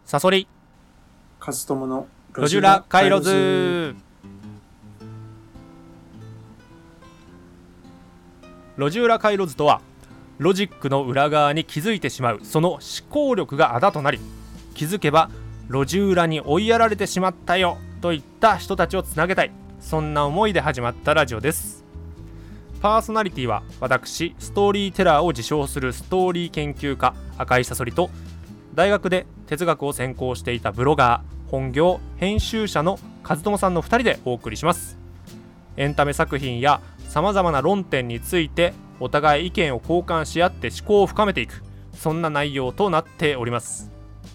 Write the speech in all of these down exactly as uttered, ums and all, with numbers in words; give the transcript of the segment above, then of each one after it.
サソリカズトモのロジュラカイロズ。ロジュラカイロズとは、ロジックの裏側に気づいてしまうその思考力があだとなり、気づけば路地裏に追いやられてしまったよといった人たちをつなげたい、そんな思いで始まったラジオです。パーソナリティは私、ストーリーテラーを自称するストーリー研究家赤井サソリと、大学で哲学を専攻していたブロガー、本業編集者のカズトモさんのふたりでお送りします。エンタメ作品やさまざまな論点についてお互い意見を交換し合って思考を深めていく、そんな内容となっております。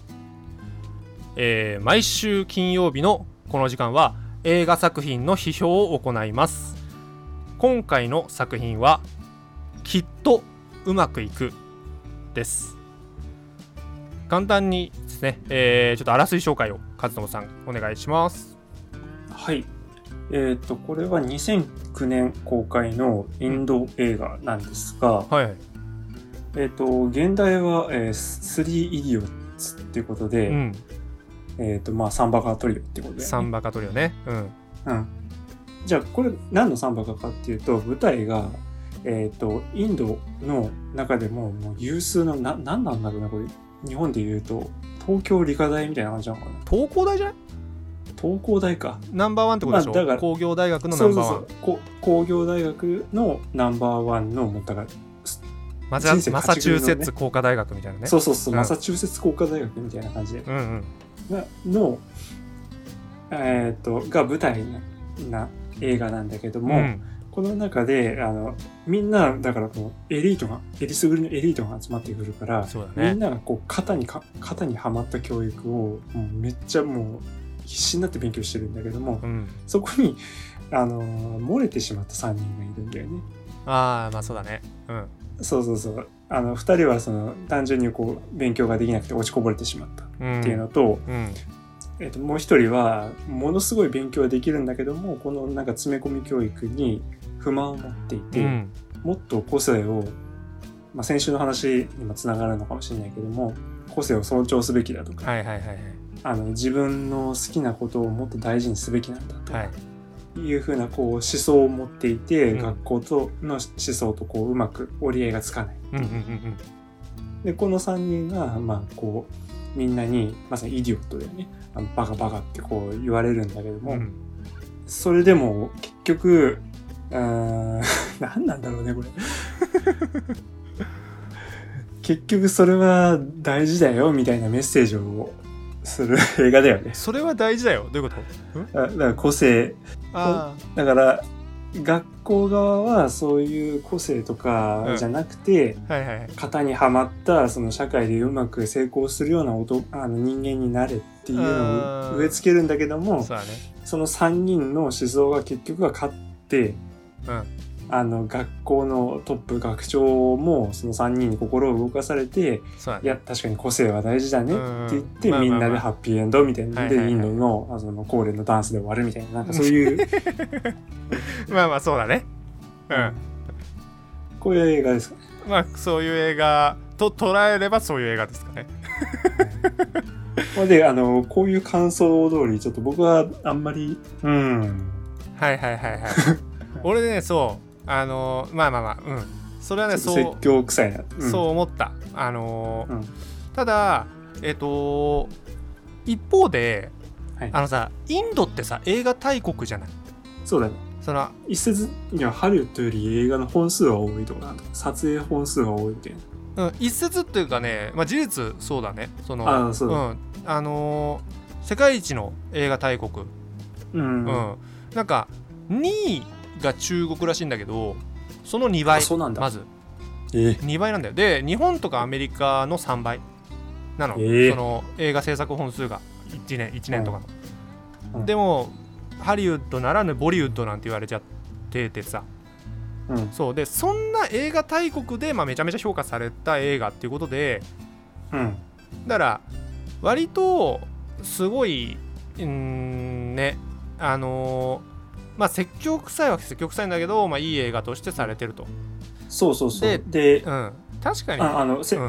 えー、毎週金曜日のこの時間は映画作品の批評を行います。今回の作品はきっとうまくいくです。簡単にですね、えー、ちょっとあらすじ紹介をカズトモさんお願いします。 はい、えー、とこれはにせんきゅうねん公開のインド映画なんですが、 うん、はいはい、 えー、と現代は、えー、スリーイディオッツっていうことで、うん、えーとまあ、サンバカトリオってことで、ね、 サンバカトリオね、うん、うん、 じゃあこれ何のサンバカかっていうと、舞台が、えー、とインドの中でも、もう有数のな何なんだろうな、これ日本でいうと東京理科大みたいな感じなのかな。 東工大じゃない？ 東工大か。 ナンバーワンってことでしょ、まあ、だから工業大学のナンバーワン。そうそうそう、 工業大学のナンバーワンのもったがマサチューセッツ工科大学みたいなね。 そうそうそう、うん、マサチューセッツ工科大学みたいな感じで、うんうん、の、えー、っとが舞台な映画なんだけども、うん、この中であのみんなだからもうエリートがエリスグリのエリートが集まってくるから、そうだね、みんながこう肩にか肩にはまった教育をもうめっちゃもう必死になって勉強してるんだけども、うん、そこにあの漏れてしまったさんにんがいるんだよね。 ああ、まあそうだね。うん。そうそうそう。あのふたりはその単純にこう勉強ができなくて落ちこぼれてしまったっていうのと、うんうん、えっともう一人はものすごい勉強はできるんだけども、このなんか詰め込み教育に不満を持っていて、うん、もっと個性を、まあ、先週の話にもつながるのかもしれないけども、個性を尊重すべきだとか、はいはいはいはい、あの自分の好きなことをもっと大事にすべきなんだとか、はい、いうふうなこう思想を持っていて、うん、学校との思想とこううまく折り合いがつかない、うんうんうんうん、でこのさんにんが、まあ、こうみんなにまさにイディオットだよね、あのバカバカってこう言われるんだけども、うん、それでも結局うーん何なんだろうねこれ結局それは大事だよみたいなメッセージをする映画だよね。 それは大事だよ、どういうこと？ だから個性、あだから学校側はそういう個性とかじゃなくて、うんはいはい、型にはまったその社会でうまく成功するような音あの人間になれっていうのを植え付けるんだけども、 そ, うだ、ね、そのさんにんの思想が結局は勝って、うん、あの学校のトップ学長もそのさんにんに心を動かされて、ね、いや確かに個性は大事だねって言って、うんうん、みんなでハッピーエンドみたいな、まあまあまあ、でインド の, あの恒例のダンスで終わるみたいな、なんかそういうまあまあそうだね、うん、 こういう映画ですかね。 まあそういう映画と捉えればそういう映画ですかねであのこういう感想通りちょっと僕はあんまりうんはいはいはいはい俺ねそうあのまあまあまあうんそれはねそう説教臭いな、 うん、そう思ったあの、うん、ただえっと一方で、はい、あのさインドってさ映画大国じゃない。 そうだね。その一説にはハリウッドより映画の本数が多いとか撮影本数が多いみたいな、うん、一説っていうかね、まあ、事実そうだね。そのあそうだ、うん、 あのー、世界一の映画大国、うんうん、なんかにいが中国らしいんだけど、そのにばいまず、えー、にばいなんだよ。で日本とかアメリカのさんばいなの、えー、その映画制作本数がいちねんいちねんとかの、うん、でもハリウッドならぬボリウッドなんて言われちゃっててさ、うん、そうでそんな映画大国で、まあ、めちゃめちゃ評価された映画っていうことで、うん、だから割とすごいんねあのーまあ説教臭いは説教臭いんだけど、まあ、いい映画としてされてると。 そうそうそう。 で、でうん、確かにああのせ、うん、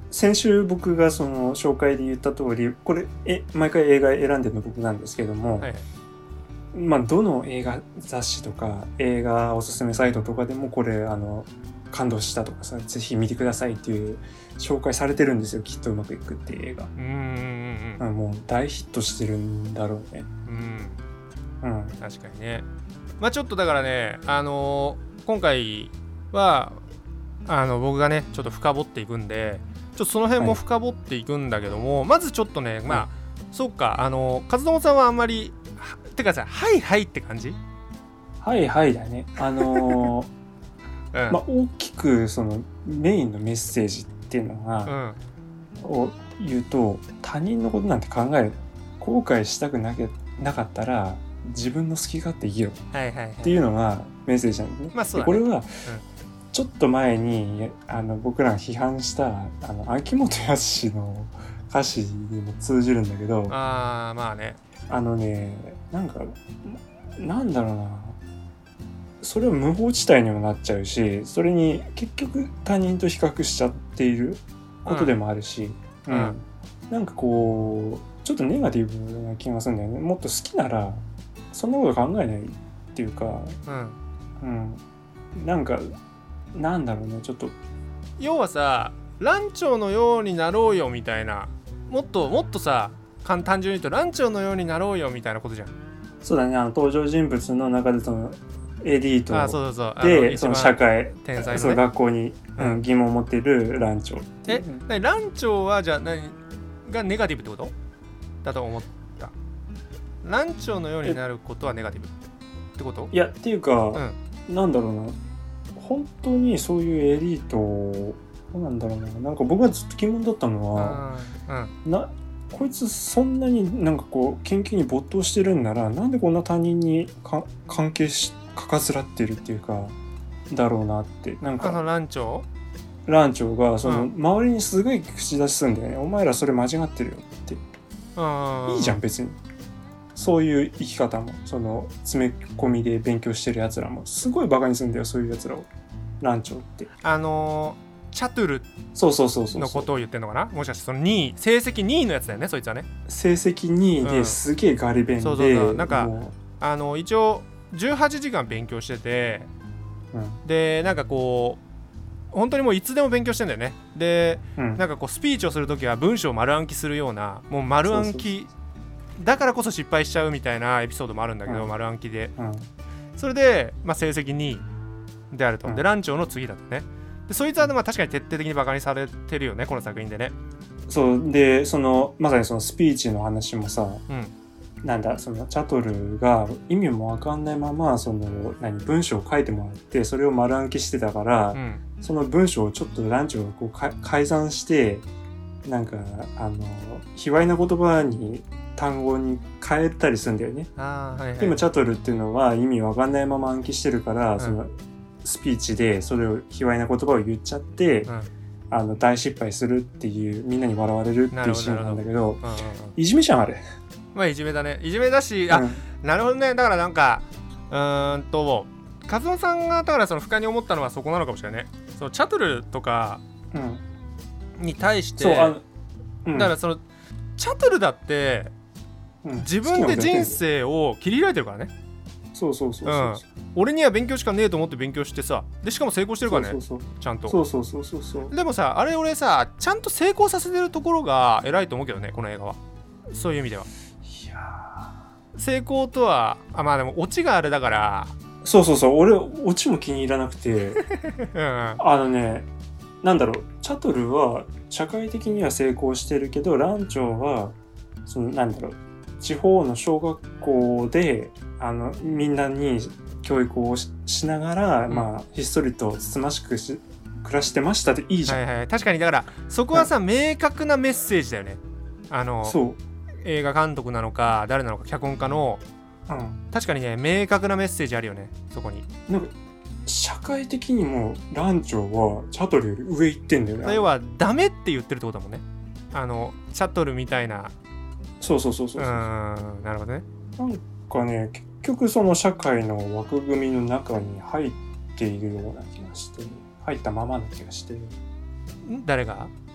先週僕がその紹介で言った通り、これえ毎回映画選んでるの僕なんですけども、はい、まあどの映画雑誌とか映画おすすめサイトとかでもこれあの感動したとかさ、ぜひ見てくださいっていう紹介されてるんですよ。きっとうまくいくっていう映画。うんうんうん、もう大ヒットしてるんだろうね。 うん、うん、確かにね。まあちょっとだからね、あのー、今回はあの僕がねちょっと深掘っていくんで。ちょっとその辺も深掘っていくんだけども、はい、まずちょっとね、まあ、うん、そうか、あの和友さんはあんまりてかさ、はいはいって感じ？ はいはいだね。あのーうん、まあ大きくそのメインのメッセージっていうのが、うん、を言うと、他人のことなんて考える、後悔したくなけなかったら自分の好き勝手生きろっていうのがメッセージなんだね。まあそうだね。でこれは、うん、ちょっと前にあの僕らが批判したあの秋元康の歌詞にも通じるんだけど、 あーまあね、 あのね、なんかなんだろうな、それは無法地帯にもなっちゃうし、それに結局他人と比較しちゃっていることでもあるし、うんうん、なんかこうちょっとネガティブな気がするんだよね。もっと好きならそんなこと考えないっていうか、うんうん、なんかなんだろうね、ちょっと要はさ、蘭長のようになろうよみたいな、もっともっとさ、単純に言うと蘭長のようになろうよみたいなことじゃん。 そうだね、あの登場人物の中でそのエディートで、あ、そうそうそう、その社会、天才のね、その学校に、うん、疑問を持っている蘭長。 え、うん、蘭長はじゃあ何がネガティブってことだと思った？蘭長のようになることはネガティブってこと？ いや、っていうか、うん、なんだろうな、本当にそういうエリートなんだろうな、なんか僕がずっと疑問だったのは、うん、なこいつそんなになんかこう研究に没頭してるんなら、なんでこんな他人にか関係しかかずらってるっていうかだろうなって。なんかあの蘭長蘭長がその周りにすごい口出しするんだよね、うん、お前らそれ間違ってるよって。いいじゃん別に、そういう生き方も、その詰め込みで勉強してるやつらもすごいバカにするんだよ、そういうやつらを。蘭長ってあのー、チャトゥルのことを言ってるのかな。もしかしてそのにい、成績にいのやつだよね、そいつはね。 成績にいですげえガリ勉で、うん、そうそうそう、 なんかあの一応じゅうはちじかん勉強してて、うん、でなんかこう本当にもういつでも勉強してんだよね。で、うん、なんかこうスピーチをするときは文章を丸暗記するような、もう丸暗記だからこそ失敗しちゃうみたいなエピソードもあるんだけど、うん、丸暗記で、うん、それで、まあ、成績にいであると、うん、で蘭長の次だとね。でそいつはまあ確かに徹底的にバカにされてるよね、この作品でね。 そうで、そのまさにそのスピーチの話もさ、うん、なんだ、そのチャトルが意味も分かんないままその何文章を書いてもらって、それを丸暗記してたから、うん、その文章をちょっと蘭長がこうか改ざんして、なんかあの卑猥な言葉に単語に変えたりするんだよね。あ、はいはい、でもチャトルっていうのは意味分かんないまま暗記してるから、うん、そのスピーチでそれを卑猥な言葉を言っちゃって、うん、あの大失敗するっていう、みんなに笑われるっていうシーンなんだけど、うんうんうん、いじめじゃんあれ。 まあいじめだね、いじめだし、あ、うん、なるほどね。だからなんかうーんと和夫さんがだからその不快に思ったのはそこなのかもしれないね。そのチャトルとかに対して、うん、そう、あの、うん、だからそのチャトルだって、うん、自分で人生を切り開いてるからね。 そうそうそうそう、うん、 俺には勉強しかねえと思って勉強してさ、でしかも成功してるからね。そうそうそう、ちゃんと。 そうそうそうそうそう。 でもさ、あれ俺さ、ちゃんと成功させてるところが偉いと思うけどね、この映画は。そういう意味では。いや、成功とは、あ、まあでもオチがあれだから。 そうそうそう、俺オチも気に入らなくて、うん、あのね、なんだろう、チャトルは社会的には成功してるけど、蘭長はそのなんだろう、地方の小学校であのみんなに教育を し, しながら、うん、まあひっそりとつつましくし暮らしてましたでいいじゃん、はいはい、 確かに。だからそこはさ、はい、明確なメッセージだよね。あのそう映画監督なのか誰なのか脚本家の、うん、確かにね、明確なメッセージあるよね、そこに。 なんか社会的にも蘭長はチャトルより上行ってんだよね。 要はダメって言ってるってことだもんね、あのチャトルみたいな。 そうそうそうそうそう。うん、 なるほどね。 なんかね、結局その社会の枠組みの中に入っているような気がして、入ったままの気がして。 ん誰が？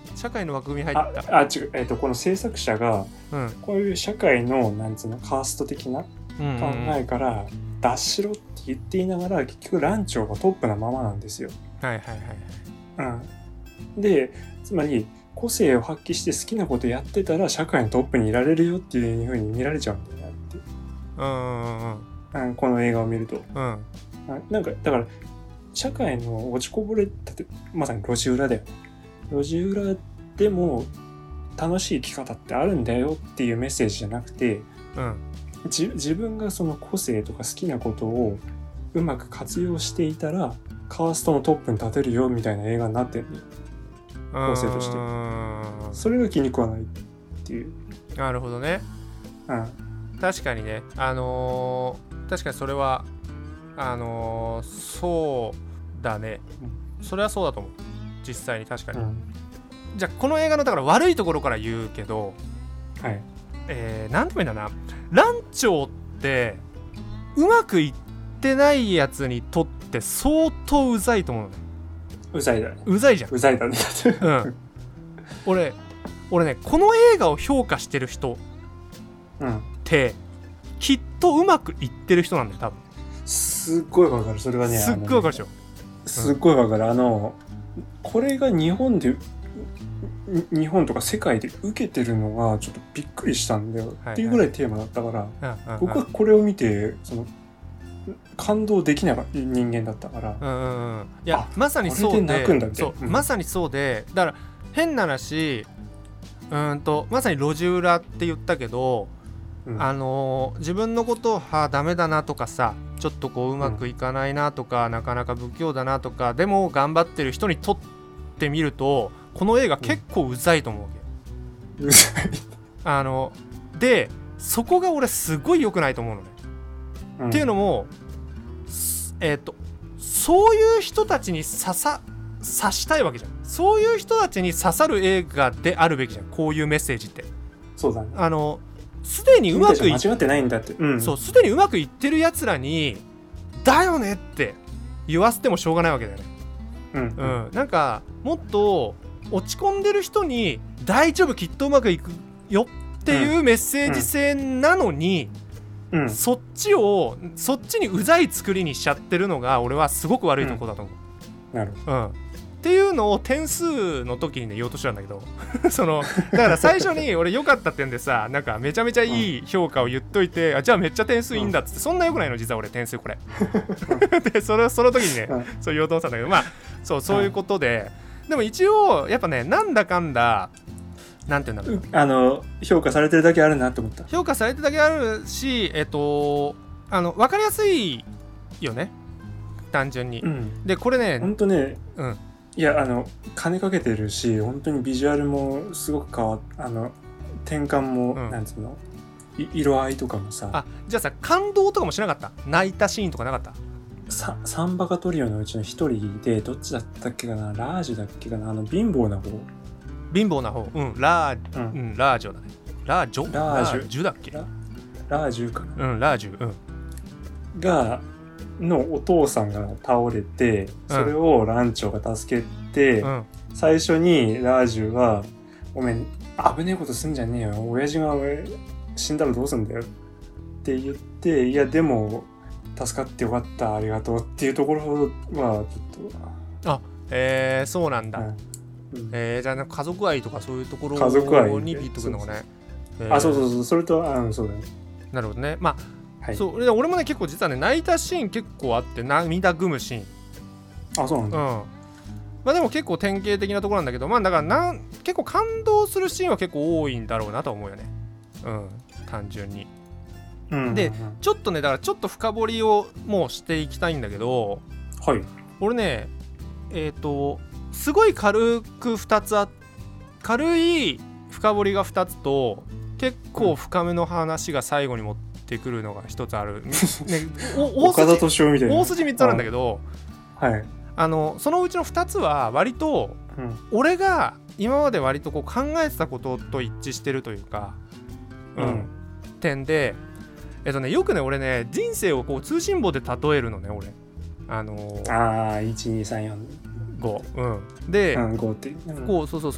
社会の枠組み入った。 ああ違う、えー、とこの制作者が、うん、こういう社会のなんつうのカースト的な考えから脱しろって言っていながら結局ランチョウがトップなままなんですよ。 はいはいはい、 うん、でつまり個性を発揮して好きなことやってたら社会のトップにいられるよっていう風に見られちゃうんだよねって、 うんうんうん、 この映画を見ると、 うん、 なんかだから社会の落ちこぼれってまさに路地裏だよね。路地裏でも楽しい生き方ってあるんだよっていうメッセージじゃなくて、 うん、 じ自分がその個性とか好きなことをうまく活用していたらカーストのトップに立てるよみたいな映画になってるね、構成として。それが気に食わないっていう。 なるほどね、 うん、 確かにね、あのー、確かにそれはあのー、そうだね、それはそうだと思う実際に。確かに、うん、じゃあこの映画のだから悪いところから言うけど、 はい、 えー、なんて言うんだな、ランチョウってうまくいってないやつにとって相当うざいと思うのね。 うざいだね。 うざいじゃん。 うざいだね。 うん。俺俺ね、この映画を評価してる人って、うん、きっとうまくいってる人なんだよ多分。 すっごいわかる。それはね、 すっごいわかるでしょ。 すっごいわかる。あのこれが日本で日本とか世界で受けてるのがちょっとびっくりしたんだよ、はいはい、っていうぐらいテーマだったから、うんうんうん、僕はこれを見てその感動できない人間だったから、 うんうんうん、いやまさにそうで、 これで泣くんだって、 そう、 うん、 まさにそうで、だから変な話、うんとまさに路地裏って言ったけど、うん、あのー、自分のことをはダメだなとかさ、ちょっとこううまくいかないなとか、うん、なかなか不器用だなとかでも頑張ってる人にとってみるとこの映画結構うざいと思うわけ、 うん、うざいあのでそこが俺すごい良くないと思うのね、うん、っていうのもえーとそういう人たちに刺さ刺したいわけじゃん。そういう人たちに刺さる映画であるべきじゃん、こういうメッセージって。 そうだね。 あのすでにうまくい間違ってないんだって、うん、 そうすでにうまくいってるやつらにだよねって言わせてもしょうがないわけだよね、うんうんうん、なんかもっと落ち込んでる人に大丈夫きっとうまくいくよっていうメッセージ性なのに、うんうん、そっちをそっちにうざい作りにしちゃってるのが俺はすごく悪いところだと思う、 うん、なるほど、 うんっていうのを点数の時にね言おうとしたんだけどそのだから最初に俺良かったってんでさ、なんかめちゃめちゃいい評価を言っといて、うん、あじゃあめっちゃ点数いいんだっつって、そんな良くないの実は俺点数これでそれその時にね、うん、そう言おうと思ってたんだけど、まあそうそういうことで、うん、でも一応やっぱねなんだかんだなんていうんだろう、 あの評価されてるだけあるなと思った。 評価されてるだけあるし、えっとあの分かりやすいよね単純に、うん、でこれねほんとね、 うんいやあの金かけてるし本当にビジュアルもすごく変わっあの転換も、うん、なんつうの色合いとかもさ、 あじゃあさ感動とかもしなかった？泣いたシーンとかなかった？ サ, サンバカトリオのうちの一人でどっちだったっけかな、ラージュだっけかな、あの貧乏な方貧乏な方うんラー、うんうん、ラージョだねラージョラージュラージュだっけララージュかなうんラージュうんがのお父さんが倒れて、それをランチョウが助けて、うん、最初にラージュはごめん危ねえことすんじゃねえよ、親父が死んだらどうすんだよって言って、いやでも助かってよかったありがとうっていうところはちょっとあえー、そうなんだ、うんうん、えー、じゃあ家族愛とかそういうところ家族愛にビッとくるのがね、 えー、あそうそうそうそれとあそうだね、 なるほどね。まあはい、そう俺もね結構実はね泣いたシーン結構あって、涙ぐむシーン、 あそうなんだ、 うん、まあでも結構典型的なところなんだけど、まあだからなん結構感動するシーンは結構多いんだろうなと思うよね、うん単純に、うんうんうん、でちょっとねだからちょっと深掘りをもうしていきたいんだけど、 はい俺ねえっ、ー、とすごい軽くふたつあ軽い深掘りがふたつと結構深めの話が最後に持ってってくるのが一つある、ね、 お岡田敏夫みたいな大筋みっつあるんだけど、 はい、 あのそのうちのふたつは割と、うん、俺が今まで割とこう考えてたことと一致してるというか、うんうん、点で、えっとね、よくね俺ね人生をこう通信簿で例えるのね俺あのー、 あーいちにさんよんご、 うん、で、 うん、ごって、 うん、こうそうそうそう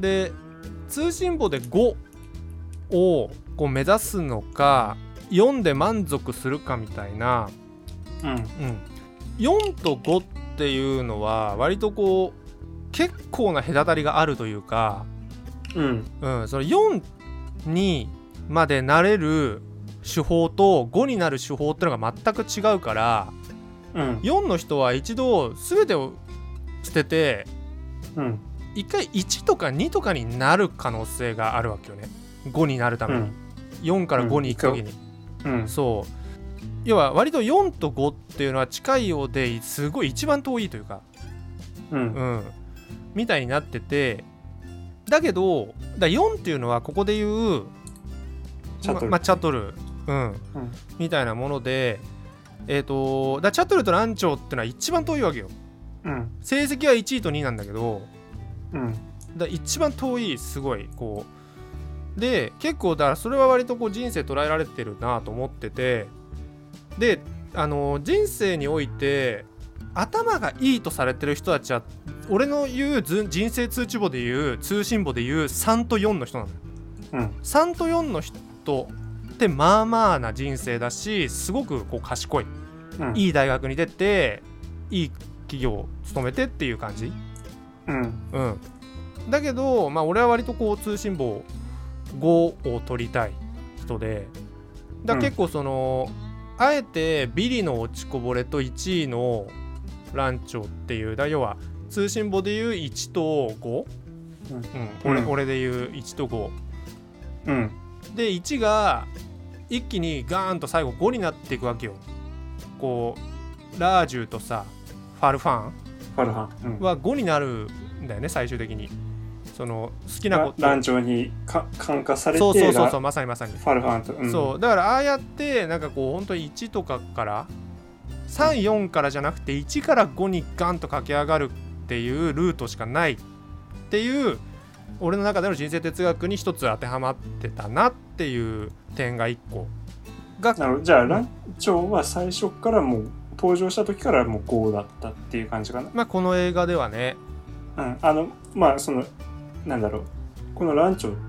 で通信簿でごをこう目指すのかよんで満足するかみたいな、 うんうん、 よんとごっていうのは割とこう結構な隔たりがあるというか、 うんうん、そのよんにまでなれる手法とごになる手法ってのが全く違うから、 うん、 よんの人は一度全てを捨てて、 うん、 一回いちとかにとかになる可能性があるわけよね、ごになるために、うん、よんからごに行く時に、 うんうん、 そう要は割とよんとごっていうのは近いようですごい一番遠いというか、 うんうん、みたいになってて、だけどだよんっていうのはここで言うチャトル、 ままあ、チャトル、うんうん、みたいなもので、えーとだチャトルとランチョウってのは一番遠いわけよ、 うん、 成績はいちいとにいなんだけど、 うん、 だ一番遠いすごいこうで結構だからそれは割とこう人生捉えられてるなと思ってて、であの人生において頭がいいとされてる人たちは俺の言う人生通知簿で言う通信簿で言うさんとよんの人なのよ、 うん、 さんとよんの人ってまあまあな人生だしすごくこう賢い、うん、いい大学に出ていい企業を勤めてっていう感じ、 うんうん、だけど、まあ、俺は割とこう通信簿ごを取りたい人で、だ結構その、うん、あえてビリの落ちこぼれといちいのランチョウっていうだ要は通信簿でいういちとご、うんうん、俺、うん、俺でいういちとご、 うん、 でいちが一気にガーンと最後ごになっていくわけよ。こうラージュとさファルファンファルファン、うん、 はごになるんだよね最終的に。その好きなことランチョウにか感化されてそうそうそうそうまさにまさにファルファンと、うん、 そうだからああやってなんかこう本当にいちとかからさん、よんからじゃなくていちからごにガンと駆け上がるっていうルートしかないっていう俺の中での人生哲学に一つ当てはまってたなっていう点がいっこが。 なるほど。じゃあランチョウは最初からもう登場した時からもうごだったっていう感じかな。 まあこの映画ではね、 うん、あのまあそのなんだろうこのランチョウって、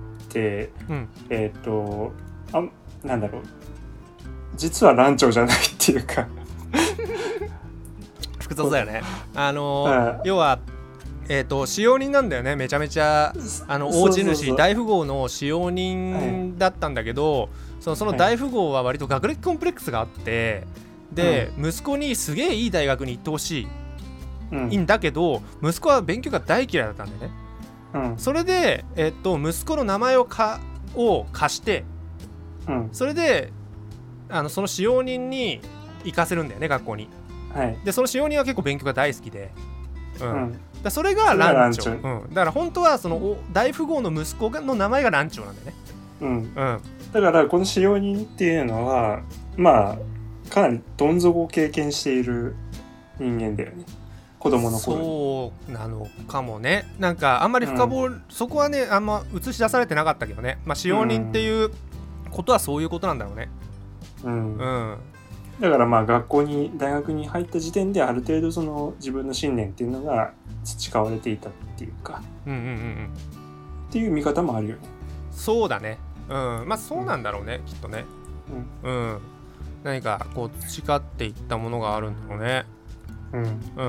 うん、 えっ、ー、とあなんだろう実はランチョウじゃないっていうか複雑だよね。あのー、要はえーと使用人なんだよね。めちゃめちゃあの大地主大富豪の使用人だったんだけど、はい、そのその大富豪は割と学歴コンプレックスがあって、で、うん、息子にすげえいい大学に行ってほしい、うん、いいんだけど息子は勉強が大嫌いだったんだよね、うん、それで、えーと息子の名前をかを貸して、うん、それであのその使用人に行かせるんだよね学校に、はい、でその使用人は結構勉強が大好きで、うんうん、だそれがランチョウ、うん、だから本当はその大富豪の息子の名前がランチョウなんだよね、 うんうん、だからこの使用人っていうのはまあかなりどん底を経験している人間だよね子供の頃に。 そうなのかもね。なんかあんまり深掘り、うん、そこはねあんま映し出されてなかったけどね、まあ、使用人っていうことはそういうことなんだろうね、 うんうん、だからまあ学校に大学に入った時点である程度その自分の信念っていうのが培われていたっていうか、 うんうんうんうん、 っていう見方もあるよね。 そうだね、うん、まあそうなんだろうね、うん、きっとね、うんうん、何かこう培っていったものがあるんだろうね、うんうん、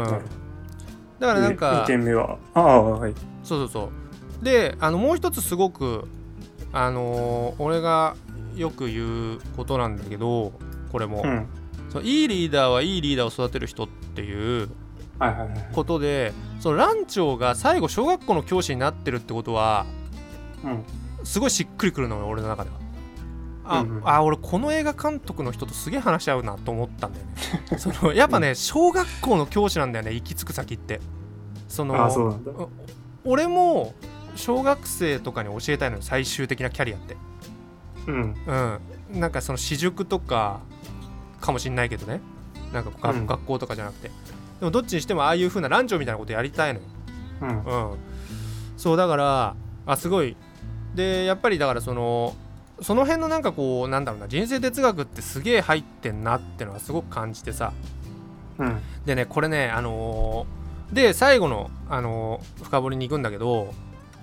だからなんかにてんめはああはいそうそうそうであのもう一つすごくあのー、俺がよく言うことなんだけどこれも、うん、そういいリーダーはいいリーダーを育てる人っていうことで、はいはいはい、そのランチョウが最後小学校の教師になってるってことは、うん、すごいしっくりくるのよ俺の中では。あ、うんうん、あ俺この映画監督の人とすげえ話し合うなと思ったんだよねそのやっぱね小学校の教師なんだよね行き着く先って。そのあそうなんだ俺も小学生とかに教えたいのよ最終的なキャリアって、うんうん、なんかその私塾とかかもしんないけどねなんかこう、うん、学校とかじゃなくてでもどっちにしてもああいう風なランチョウみたいなことやりたいのよ、うんうん、そうだからあすごいでやっぱりだからそのその辺のなんかこうなんだろうな人生哲学ってすげえ入ってんなってのはすごく感じてさ、うん、でねこれねあのー、で最後の、あのー、深掘りに行くんだけど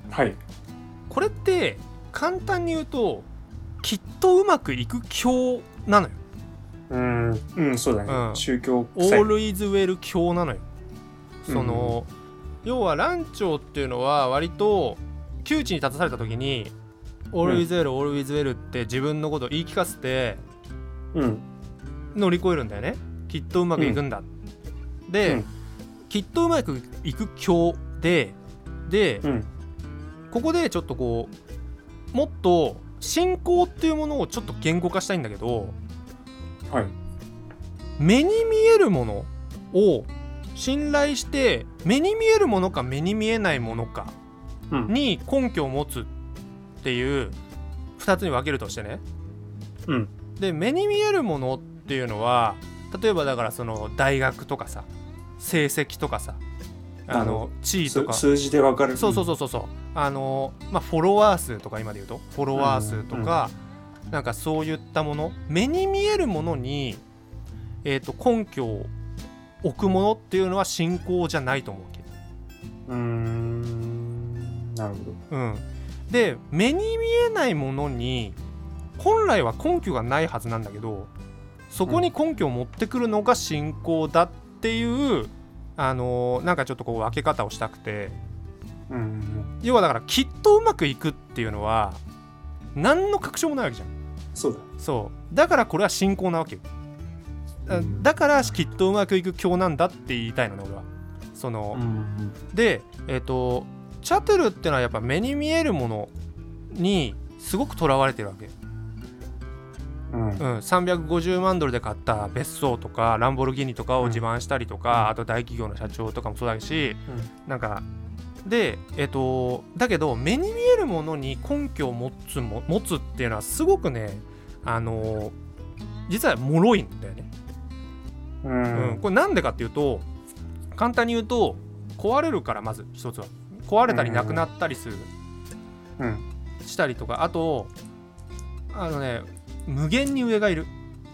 はい。 これって簡単に言うときっとうまくいく教なのよ。 うん、うん、そうだね、うん、宗教臭い All is well 教なのよ。その、うん、要は蘭長っていうのは割と窮地に立たされた時に All is well、うん、All is well って自分のことを言い聞かせて乗り越えるんだよね。きっとうまくいくんだ、うん、で、うん、きっとうまくいく教でで、うん、ここでちょっとこうもっと信仰っていうものをちょっと言語化したいんだけど、 はい、 目に見えるものを信頼して目に見えるものか目に見えないものかに根拠を持つっていうふたつに分けるとしてね、 うん、 で目に見えるものっていうのは例えばだからその大学とかさ成績とかさあの地位とか数字で分かる。 そうそうそうそうそうあの、まあ、フォロワー数とか今で言うとフォロワー数とか、うんうん、なんかそういったもの目に見えるものに、えーと、根拠を置くものっていうのは信仰じゃないと思うわけ。 うーんなるほど、うん、で目に見えないものに本来は根拠がないはずなんだけどそこに根拠を持ってくるのが信仰だっていう、うんあのー、なんかちょっとこう分け方をしたくて、うん、要はだからきっとうまくいくっていうのは何の確証もないわけじゃん。 そうだそうだからこれは信仰なわけよ。だからきっとうまくいく教なんだって言いたいのね俺は。その、うん、で、えーと、チャトルってのはやっぱ目に見えるものにすごくとらわれてるわけ、うんうん、さんびゃくごじゅうまんドルで買った別荘とかランボルギーニとかを自慢したりとか、うん、あと大企業の社長とかもそうだし、うん、なんかで、えーと、だけど目に見えるものに根拠を持つも持つっていうのはすごくねあのー、実は脆いんだよね。うんうん、これなんでかっていうと簡単に言うと壊れるからまず一つは壊れたりなくなったりする、うん、したりとかあとあのね無限に上がいる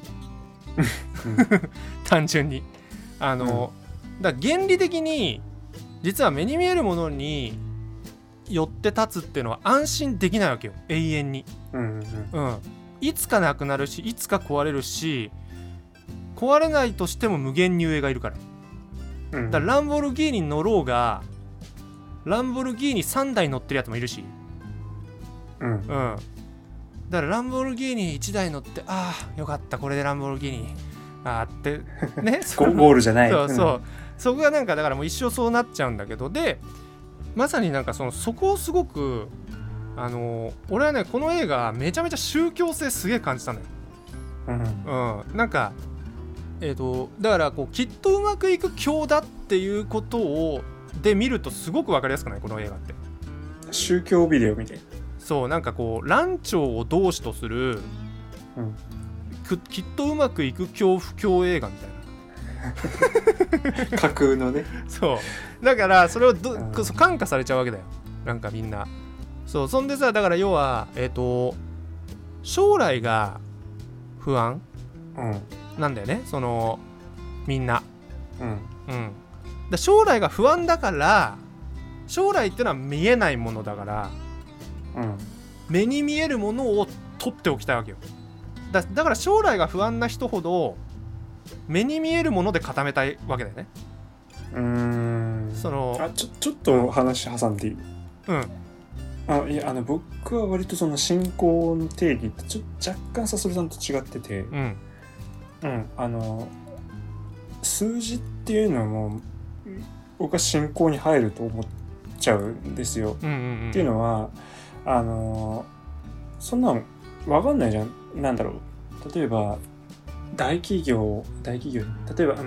単純にあの、うん、だから原理的に実は目に見えるものによって立つっていうのは安心できないわけよ永遠に、うんうんうん、いつかなくなるしいつか壊れるし壊れないとしても無限に上がいるから、うん、だからランボルギーニ乗ろうがランボルギーニさんだい乗ってるやつもいるし、うんうん、だからランボルギーニいちだい乗ってああよかったこれでランボルギーニあーってねゴールじゃないそうそう、うん、そこがなんかだからもう一生そうなっちゃうんだけどでまさになんかそのそこをすごくあのー、俺はねこの映画めちゃめちゃ宗教性すげえ感じたのよ、うんうん、なんかえーと、だからこうきっとうまくいく教だっていうことをで見るとすごく分かりやすくないこの映画って宗教ビデオみたいなそうなんかこう蘭長を同志とする、うん、きっとうまくいく恐怖教映画みたいな架空のねそうだからそれをど、うん、感化されちゃうわけだよなんかみんなそうそんでさだから要はえっ、ー、と将来が不安、うんなんだよねそのみんな、うんうん、で将来が不安だから将来ってのは見えないものだから、うん、目に見えるものを取っておきたいわけよ だ, だから将来が不安な人ほど目に見えるもので固めたいわけだよね。 うーんそのあちょちょっと話挟んでいい？うんあいやあの僕は割とその信仰の定義ってちょ若干サソルさんと違ってて、うんうん、あの数字っていうのも僕は信仰に入ると思っちゃうんですよ、うんうんうん、っていうのはあのそんなの分かんないじゃん。なんだろう例えば大企業大企業例えば、うん、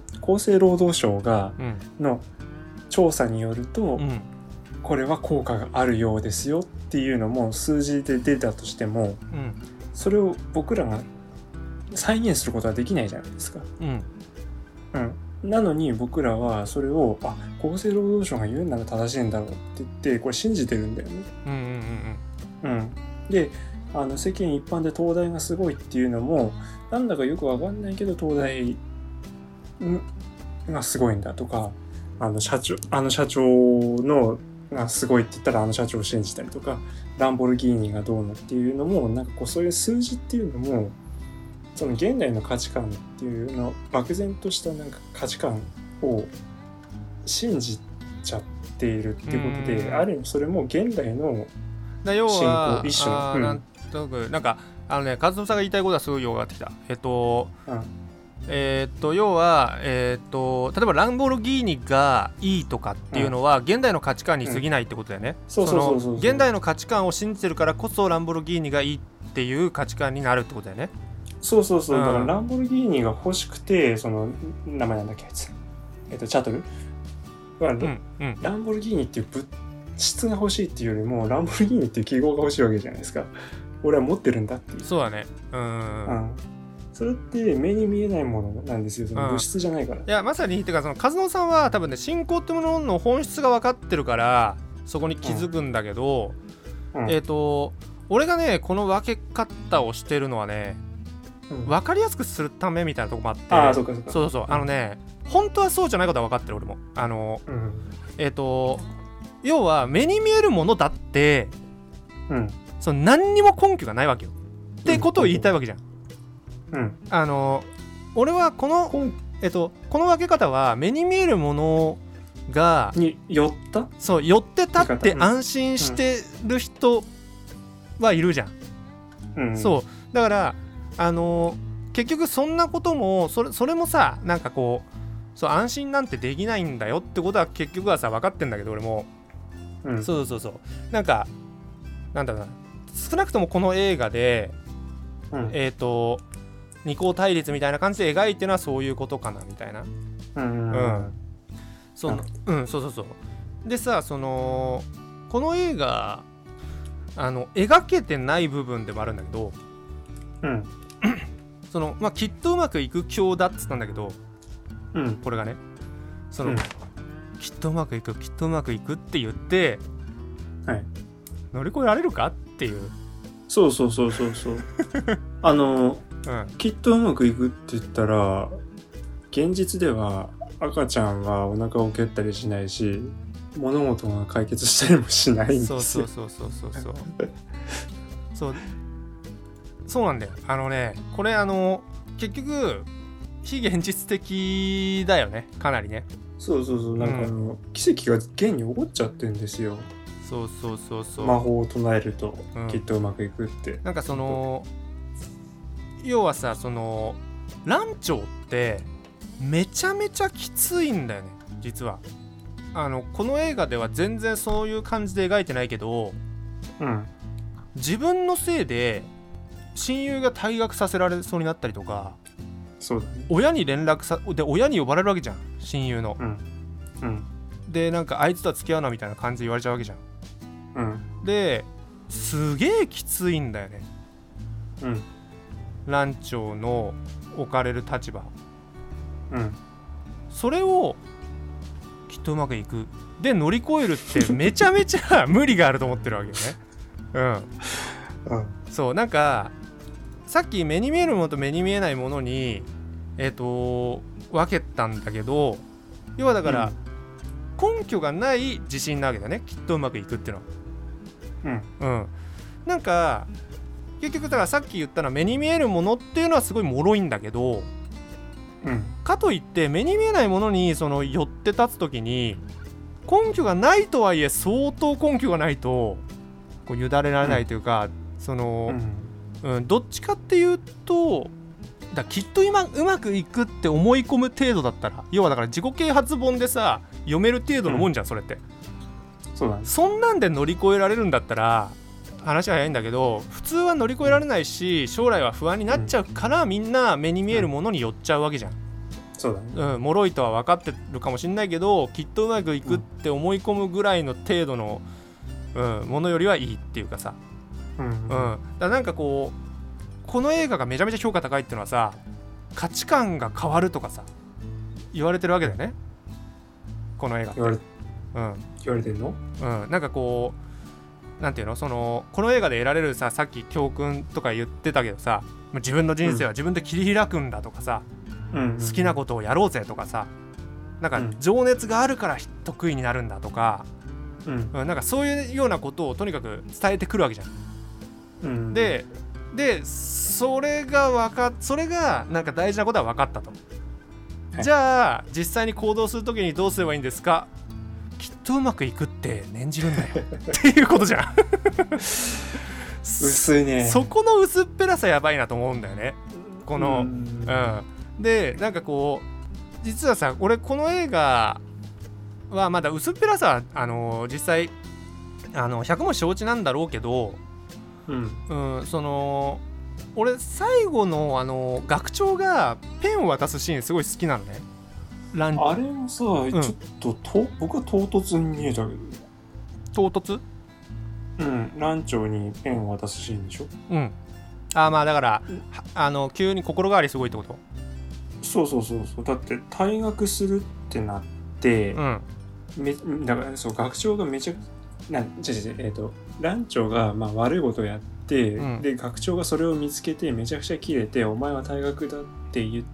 厚生労働省が、うん、の調査によると、うん、これは効果があるようですよっていうのも数字で出たとしても、うん、それを僕らが再現することはできないじゃないですか、うんうん、なのに僕らはそれをあ厚生労働省が言うなら正しいんだろうって言ってこれ信じてるんだよね、うんうんうんうん、であの世間一般で東大がすごいっていうのもなんだかよくわかんないけど東大がすごいんだとかあの社長、あの社長のがすごいって言ったらあの社長を信じたりとか、ランボルギーニがどうのっていうのもなんかこうそういう数字っていうのもその現代の価値観っていうの漠然としたなんか価値観を信じちゃっているっていうことで、ある意味それも現代の信仰一種の、うん、なんとなくなんかあのね、和夫さんが言いたいことはすごいよくわかってきた。えっと、うん、えー、っと要は、えー、っと例えばランボルギーニがいいとかっていうのは、うん、現代の価値観に過ぎないってことだよね。その現代の価値観を信じてるからこそランボルギーニがいいっていう価値観になるってことだよね。 そうそうそう、うん、だからランボルギーニが欲しくて、その名前なんだっけあいつ、えっとチャトル、うんうん、ランボルギーニっていう物質が欲しいっていうよりもランボルギーニっていう記号が欲しいわけじゃないですか。俺は持ってるんだっていう。 そうだね。うん、うん、 それって目に見えないものなんですよ。その物質じゃないから。うん、 いやまさにっていうか、その和野さんは多分ね、信仰ってものの本質が分かってるからそこに気づくんだけど、うんうん、えっと俺がねこの分け方をしてるのはね、うん、分かりやすくするためみたいなとこもあって、 あ、そうかそうか、 そうそう、うん、あのね本当はそうじゃないことは分かってる俺も。あの、うん、えっと要は目に見えるものだって、うん、その何にも根拠がないわけよってことを言いたいわけじゃん。うん、あの俺はこの、えっと、この分け方は目に見えるものがに寄ったそう寄ってたって安心してる人はいるじゃん。うん、そうだからあの結局そんなこともそれ、それもさなんかこうそう安心なんてできないんだよってことは結局はさ分かってんだけど俺も、うん、そうそうそうなんかなんだろうな、少なくともこの映画で、うん、えっと二項対立みたいな感じで描いてるのはそういうことかなみたいな。うん、うん、そのうん、そうそうそう。でさ、そのこの映画あの描けてない部分でもあるんだけど、うん、そのまあきっとうまくいく今日だっつったんだけど、うん、これがね、その、うん、きっとうまくいくきっとうまくいくって言って、はい、乗り越えられるかっていう。 そうそうそうそうそうあの、うん、きっとうまくいくって言ったら現実では赤ちゃんはお腹を蹴ったりしないし物事が解決したりもしないんですよ。 そうそうそうそうそうそうそうなんだよ。あのねこれあの結局非現実的だよね、かなりね。 そうそうそう、なんかあの、うん、奇跡が現に起こっちゃってるんですよ。 そうそうそうそう、 魔法を唱えるときっとうまくいくって、 うん、なんかその要はさ、その蘭長ってめちゃめちゃきついんだよね実は。あのこの映画では全然そういう感じで描いてないけど、うん、自分のせいで親友が退学させられそうになったりとか、 そうだね、 親に連絡さで親に呼ばれるわけじゃん、親友の、うんうん、でなんかあいつとは付き合うなみたいな感じで言われちゃうわけじゃん、うん、ですげえきついんだよね、うん、蘭長の置かれる立場、うん、それをきっとうまくいくで乗り越えるってめちゃめちゃ無理があると思ってるわけよね、うんうん、そうなんかさっき目に見えるものと目に見えないものにえっと分けたんだけど、要はだから、うん、根拠がない自信なわけだね、きっとうまくいくっていうのは、うん、うん、なんか結局だからさっき言ったのは目に見えるものっていうのはすごい脆いんだけど、うん、かといって目に見えないものにその寄って立つときに根拠がないとはいえ相当根拠がないとこう委ねられないというか、うん、その、うんうん、どっちかっていうとだきっと今うまくいくって思い込む程度だったら、要はだから自己啓発本でさ読める程度のもんじゃん、うん、それって。 そうだね。 そんなんで乗り越えられるんだったら話は早いんだけど、普通は乗り越えられないし将来は不安になっちゃうから、うん、みんな目に見えるものに寄っちゃうわけじゃん。 そうだね。 うん、脆いとは分かってるかもしれないけどきっとうまくいくって思い込むぐらいの程度の、うん、ものよりはいいっていうかさ、うんうんうん、だからなんかこうこの映画がめちゃめちゃ評価高いっていうのはさ、価値観が変わるとかさ言われてるわけだよね、この映画。 言われ、 うん、 言われてるの？ うん、なんかこうなんていうの、そのこの映画で得られるさ、さっき教訓とか言ってたけどさ、自分の人生は自分で切り開くんだとかさ、うん、好きなことをやろうぜとかさ、なんか情熱があるから得意になるんだとか、 うん、なんかそういうようなことをとにかく伝えてくるわけじゃん、うん、ででそれが分かっそれがなんか大事なことは分かったと、はい、じゃあ実際に行動するときにどうすればいいんですか、きっとうまくいくって念じるんだよっていうことじゃん薄いね。 そこの薄っぺらさやばいなと思うんだよねこの、うん、うん、でなんかこう実はさ俺この映画はまだ薄っぺらさはあの実際あの百も承知なんだろうけど、うんうん、その俺最後のあの学長がペンを渡すシーンすごい好きなのね。 ランあれもさ、うん、ちょっとと僕は唐突に見えたけど。唐突？ うん、ランチョにペンを渡すシーンでしょ。 うん。あまあだからあの急に心変わりすごいってこと？ そうそうそうそう。だって退学するってなって、うん、めだからそう学長がめちゃなじゃじゃえっ、ー、とランチョがまあ悪いことをやって、うん、で学長がそれを見つけてめちゃくちゃキレてお前は退学だって言って、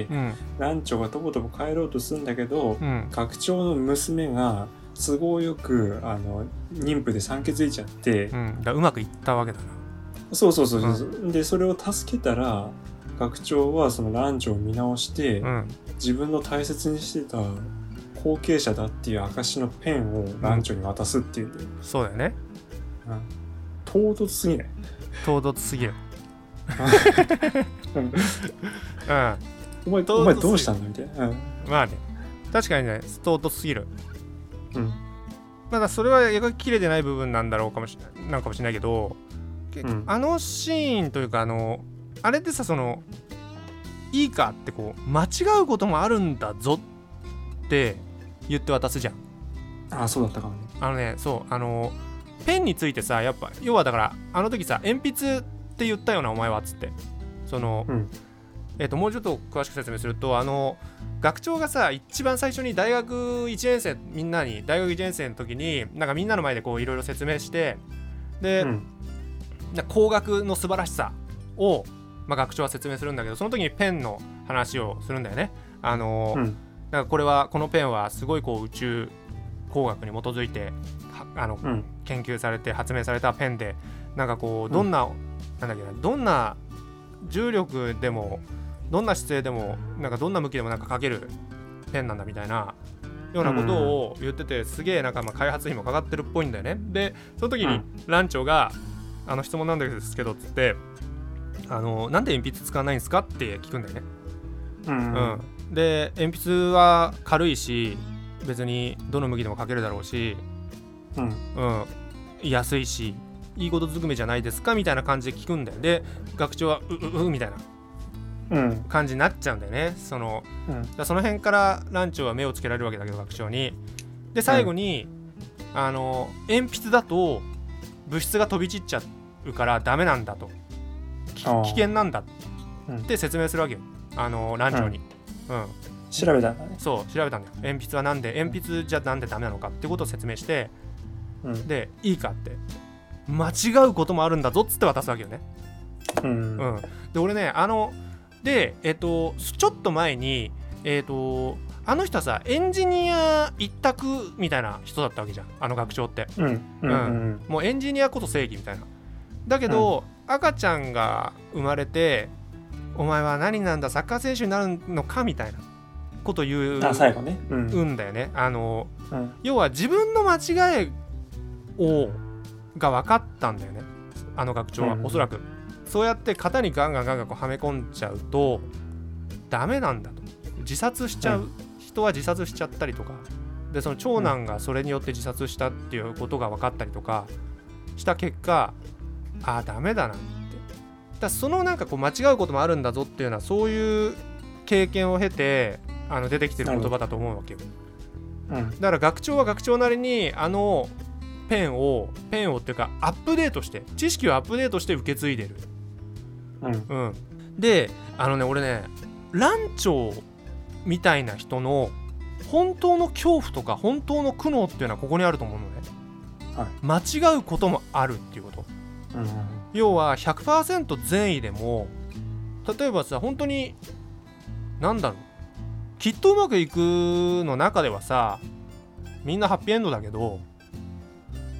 うん、ランチョがとことこ帰ろうとするんだけど、うん、学長の娘が都合よくあの妊婦で産気づいちゃって、 うん、だうまくいったわけだな。 そうそうそうそう、うん、でそれを助けたら学長はそのランチョを見直して、うん、自分の大切にしてた後継者だっていう証のペンをランチョに渡すっていうんで、 うん、そうだよね、 うん、唐突すぎない？ 唐突すぎるうん、お前お前どうしたんだみたいな、うん、 まあね確かにね唐突すぎる。うん、まだそれは描ききれてない部分なんだろうかもしれないなんかもしれないけど、うん、あのシーンというかあのあれってさそのいいかってこう間違うこともあるんだぞって言って渡すじゃん。 ああそうだったかもね。 あのねそうあのペンについてさやっぱ要はだからあの時さ鉛筆って言ったよなお前はっつってその、うん、えっともうちょっと詳しく説明するとあの学長がさ一番最初に大学いちねん生みんなに大学いちねん生の時になんかみんなの前でこういろいろ説明してで、うん、工学の素晴らしさを、まあ、学長は説明するんだけどその時にペンの話をするんだよね。あの、うん、なんかこれはこのペンはすごいこう宇宙工学に基づいてあの、うん、研究されて発明されたペンでなんかこうどんな、うん、なんだっけなどんな重力でもどんな姿勢でもなんかどんな向きでもなんか書けるペンなんだみたいなようなことを言っててすげえなんかまあ開発費もかかってるっぽいんだよね。でその時にランチョがあの質問なんですけどっつってあのなんで鉛筆使わないんですかって聞くんだよね。うん、うん、で鉛筆は軽いし別にどの向きでも書けるだろうし、うんうん、安いしいいことずくめじゃないですかみたいな感じで聞くんだよ。で学長はうううみたいな感じになっちゃうんだよね。その、うん、だその辺からランチョは目をつけられるわけだけど学長に。で最後に、うん、あの鉛筆だと物質が飛び散っちゃうからダメなんだと危険なんだって説明するわけよあのランチョに、うんうん、 調べたんだね。 そう調べたんだよ。鉛筆はなんで鉛筆じゃなんでダメなのかってことを説明して、うん、でいいかって間違うこともあるんだぞっつって渡すわけよね。うんうん、で俺ねあのでえっ、ー、とちょっと前にえっ、ー、とあの人はさエンジニア一択みたいな人だったわけじゃんあの学長って、うんうんうんうん、もうエンジニアこそ正義みたいな。だけど、うん、赤ちゃんが生まれてお前は何なんだサッカー選手になるのかみたいなこと言うあ最後ね、うん、 うんだよね。あの、うん、要は自分の間違いをが分かったんだよねあの学長は、うん、おそらくそうやって型にガンガンガンガンこうはめ込んじゃうとダメなんだと。自殺しちゃう、うん、人は自殺しちゃったりとかでその長男がそれによって自殺したっていうことが分かったりとかした結果ああダメだなってだそのなんかこう間違うこともあるんだぞっていうのはそういう経験を経てあの出てきてる言葉だと思うわけよ、うん、だから学長は学長なりにあのペンをペンをっていうかアップデートして知識をアップデートして受け継いでる、うんうん、であのね俺ねランチョみたいな人の本当の恐怖とか本当の苦悩っていうのはここにあると思うのね、はい、間違うこともあるっていうこと、うん、要は ひゃくパーセント 善意でも例えばさ本当になんだろうきっとうまくいくの中ではさみんなハッピーエンドだけど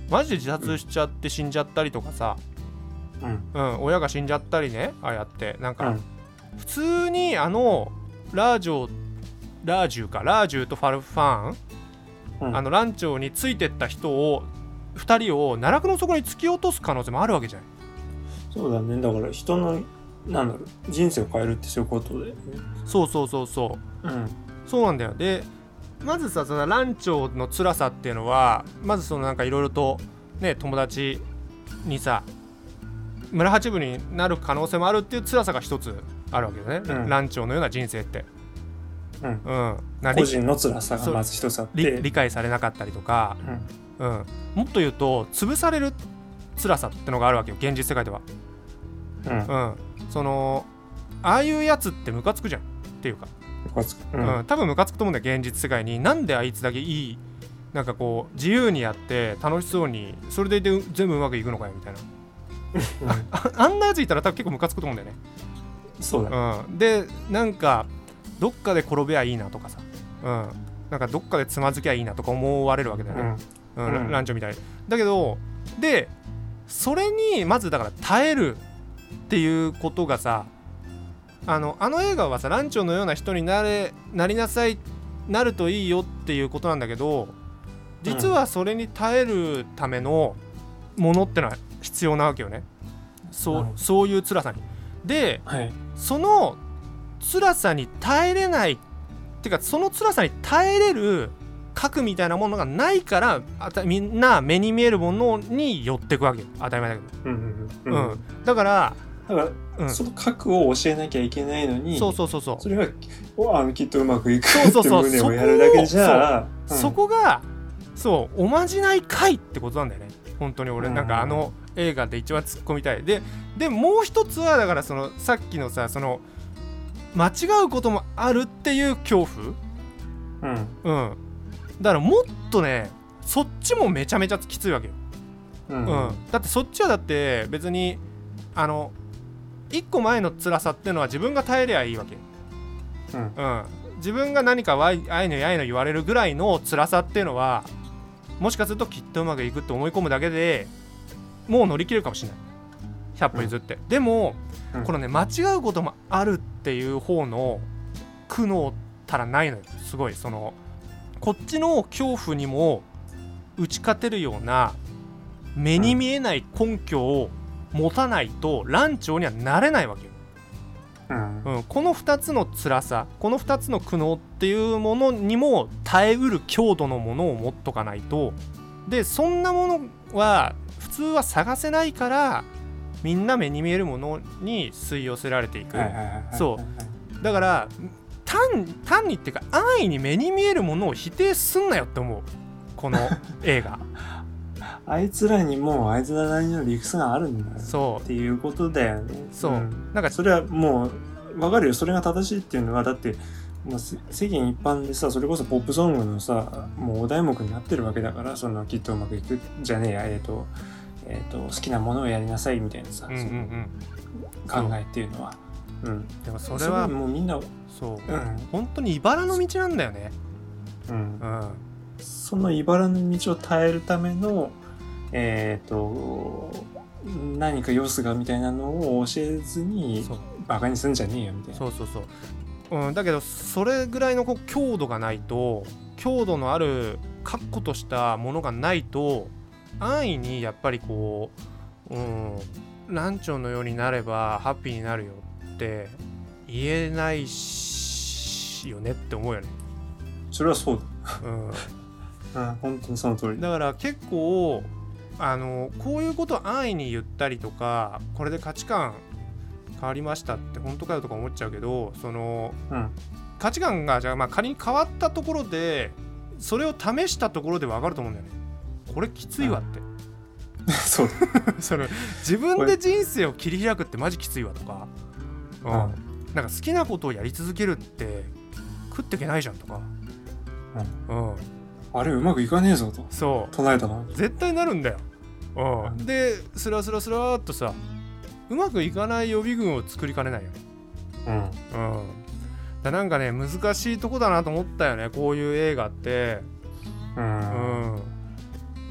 マジで自殺しちゃって死んじゃったりとかさ、うん、うん、親が死んじゃったりね、ああやってなんか、うん、普通にあのラージョラージュかラージュとファルファン、うん、あのランチョウについてった人をふたりを奈落の底に突き落とす可能性もあるわけじゃん。 そうだね。だから人のなんだろう人生を変えるってそういうことだよね。 そうそうそうそう、うん、そうなんだよ。でまずさ、そのランチョウの辛さっていうのはまずそのなんかいろいろとね友達にさ村八分になる可能性もあるっていう辛さが一つあるわけよね、うん、ランチョウのような人生って、 うんうん、個人の辛さがまず一つあって理, 理解されなかったりとか、うんうん、もっと言うと潰される辛さってのがあるわけよ現実世界では、うんうん、そのああいうやつってムカつくじゃんっていうかムカつく、うんうん、多分ムカつくと思うんだよ現実世界に。なんであいつだけいいなんかこう自由にやって楽しそうにそれでいて全部うまくいくのかよみたいなあ, あんなやついたら多分結構ムカつくと思うんだよね。 そうだ、 うん、でなんかどっかで転べばいいなとかさ、うん、なんかどっかでつまずきゃいいなとか思われるわけだよね、うんうん、ランチョウみたいだけど、でそれにまずだから耐えるっていうことがさ、あのあの映画はさランチョウのような人になれなりなさいなるといいよっていうことなんだけど、実はそれに耐えるためのものってのは必要なわけよね。そう、そういう辛さにで、はい、その辛さに耐えれないっていうかその辛さに耐えれる核みたいなものがないからみんな目に見えるものに寄ってくわけよ。当たり前だけど、うんうんうんうん、だからだから、うん、その核を教えなきゃいけないのに、 そうそうそうそう、 それがあのきっとうまくいくって胸をやるだけじゃ、 そ, そ, そこがそうおまじないかいってことなんだよね本当に。俺なんかあの映画で一番突っ込みたいで、でもう一つはだからそのさっきのさその間違うこともあるっていう恐怖、うんうん、だからもっとねそっちもめちゃめちゃきついわけよ、うんうん、だってそっちはだって別にあの一個前の辛さっていうのは自分が耐えりゃいいわけ、うんうん、自分が何かあいのやいの言われるぐらいの辛さっていうのはもしかするときっとうまくいくって思い込むだけでもう乗り切れるかもしれないひゃっぽ譲って、うん、でも、うん、このね間違うこともあるっていう方の苦悩たらないのよ。すごいそのこっちの恐怖にも打ち勝てるような目に見えない根拠を持たないとランチョウにはなれないわけよ、うんうん、このふたつの辛さこのふたつの苦悩っていうものにも耐えうる強度のものを持っとかないと、でそんなものは普通は探せないからみんな目に見えるものに吸い寄せられていく。そうだから単, 単にっていうか安易に目に見えるものを否定すんなよって思うこの映画あいつらにもあいつらなりの理屈があるんだよっていうことだよね。 そう、うん、 なんかそれはもう分かるよ。それが正しいっていうのはだってもう世間一般でさそれこそポップソングのさもうお題目になってるわけだから、そのきっとうまくいくじゃねえやえっとえー、と好きなものをやりなさいみたいなさ、うんうんうん、その考えっていうのは、うん、 でもそれはもうみんなそう、うん、本当に茨の道なんだよね、うんうん、その茨の道を耐えるためのえっ、ー、と何か様子がみたいなのを教えずにバカにすんじゃねえよみたいな。 そうそうそう、うん、だけどそれぐらいのこう強度がないと、強度のある確固としたものがないと安易にやっぱりこう、うん、ランチョウのようになればハッピーになるよって言えないしよねって思うよね。 それはそうだ、うんうん、本当にその通りだから結構あのこういうことを安易に言ったりとか、これで価値観変わりましたって本当かよとか思っちゃうけど、その、うん、価値観がじゃあまあ仮に変わったところでそれを試したところで分かると思うんだよね。これきついわって、 うん、そうその自分で人生を切り開くってマジきついわとか、うん、なんか好きなことをやり続けるって食ってけないじゃんとか、 うんうん、あれうまくいかねえぞとそう唱えたの絶対なるんだよ、うん、でスラスラスラーっとさうまくいかない予備軍を作りかねないよね、うんうん、だなんかね難しいとこだなと思ったよねこういう映画って、うん、うん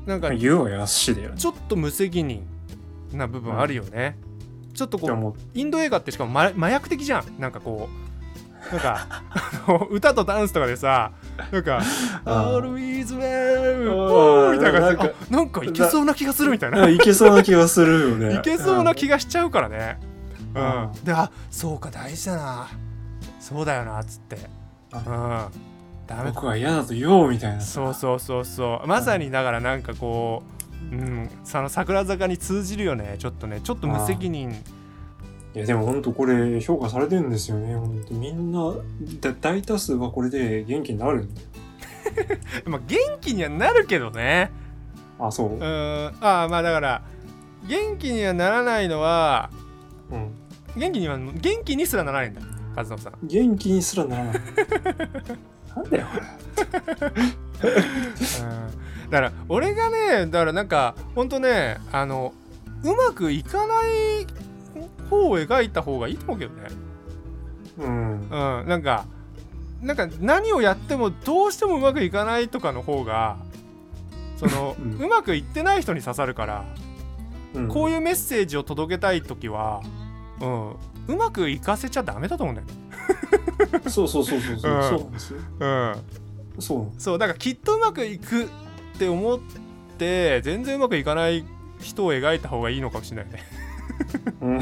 なんか言うはやしだよね。 ちょっと無責任な部分あるよね、うん、ちょっとこうインド映画ってしかも麻薬的じゃん。なんかこうなんか歌とダンスとかでさ、なんか Always well みたいな感じで、なんかいけそうな気がするみたいな、 いけそうな気がするよね。 いけそうな気がしちゃうからね。うん、で、あ、そうか大事だな、そうだよなっつって、うん、 ダメ、僕は嫌だと言おうみたいな。 そうそうそうそう、まさにだからなんかこう、うん、その桜坂に通じるよね。ちょっとね、ちょっと無責任。 いやでも本当これ評価されてるんですよね。本当みんなだ大多数はこれで元気になるんだよ。 まあ元気にはなるけどね。 あ、そう。うーん、あ、まあだから元気にはならないのは、うん、元気には元気にすらならないんだ。和信さん。 元気にすらならない。なんだよこれ。 うん、だから俺がね、だからなんか本当ね、あのうまくいかない方を描いた方がいいと思うけどね。うん、うん、なんかなんか何をやってもどうしてもうまくいかないとかの方がその、うん、うまくいってない人に刺さるから、うん、こういうメッセージを届けたいときは、うん、うまくいかせちゃダメだと思うんだよね。 そうそうそうそうそう、うん、そうなんですよ。うん、 そうそう、だからきっとうまくいくって思って全然うまくいかない人を描いた方がいいのかもしれないね。悲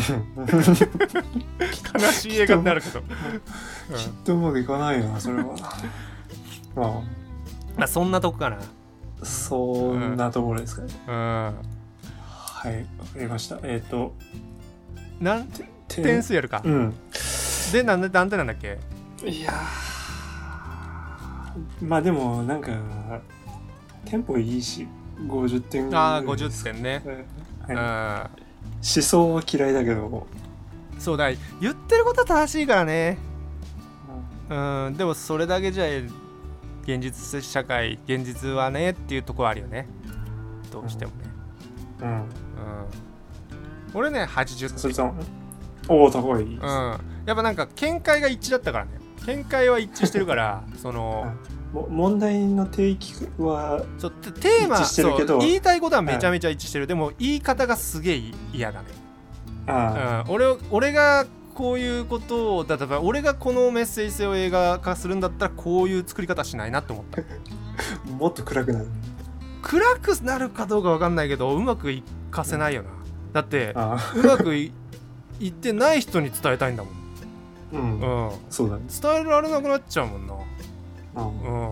しい映画になるけど、きっとうまくいかないよなそれは。まあ、 まあそんなとこかな。 そんなところですかね。うん、うん、はい、わかりました。えっ、ー、となん点数やるか。うん。でなんで何点なんだっけ。 いやまあでもなんかテンポいいしごじゅってんぐらい。 ああごじゅってんね。 はい、あ思想は嫌いだけど、 そうだ、言ってることは正しいからね、うん、うん、でもそれだけじゃ現実社会現実はねっていうところあるよね、どうしてもね。うん、うんうん、俺ねはちじゅってん。 それとおお高い、うん、 やっぱなんか見解が一致だったからね。見解は一致してるからその問題の提起はそうテーマそう言いたいことはめちゃめちゃ一致してる、はい、でも言い方がすげえ嫌だね。あ、うん、俺, 俺がこういうことを例えば俺がこのメッセージ性を映画化するんだったらこういう作り方しないなって思った。 もっと暗くなる。 暗くなるかどうか分かんないけどうまくいかせないよな。だってうまく い, いってない人に伝えたいんだもん。うん、うん、そうだね。伝えられなくなっちゃうもんな。うん、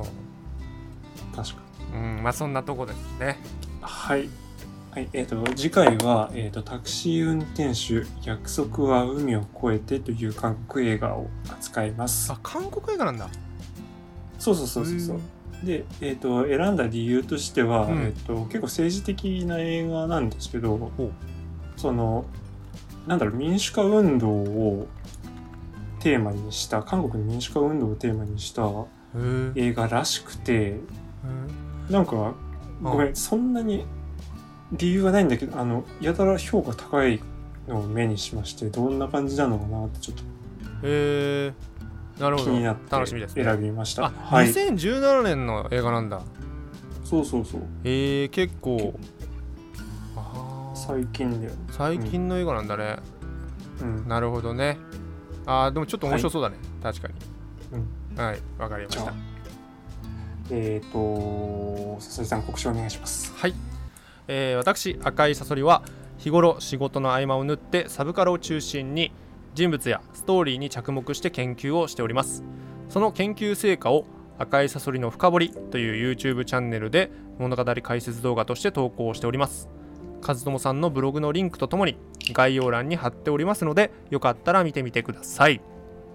確かに、うん、まあそんなとこですね。 はい、はい、えーと次回は、えーとタクシー運転手約束は海を越えてという韓国映画を扱います。 あ、韓国映画なんだ。 そうそうそうそうそう。で、えーと選んだ理由としては、うん、えーと結構政治的な映画なんですけど、そのなんだろう民主化運動をテーマにした韓国の民主化運動をテーマにした映画らしくて、なんかごめんそんなに理由はないんだけど、あのやたら評価高いのを目にしまして、どんな感じなのかなってちょっとへー、なるほど、 気になって選びました。 あ、はい、にせんじゅうななねんの映画なんだ。 そうそうそう。 えー、結構あ最近だよね。 最近の映画なんだね、うん、なるほどね。あ、でもちょっと面白そうだね、はい、確かに、うん、はい、わかりました。 えっ、ー、とさそりさん告知お願いします。 はい、えー、私赤いさそりは日頃仕事の合間を縫ってサブカルを中心に人物やストーリーに着目して研究をしております。その研究成果を赤いさそりの深掘りという YouTube チャンネルで物語解説動画として投稿しております。和友さんのブログのリンクとともに概要欄に貼っておりますので、よかったら見てみてください。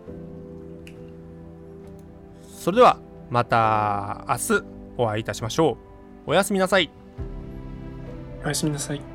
それではまた明日お会いいたしましょう。おやすみなさい。 おやすみなさい。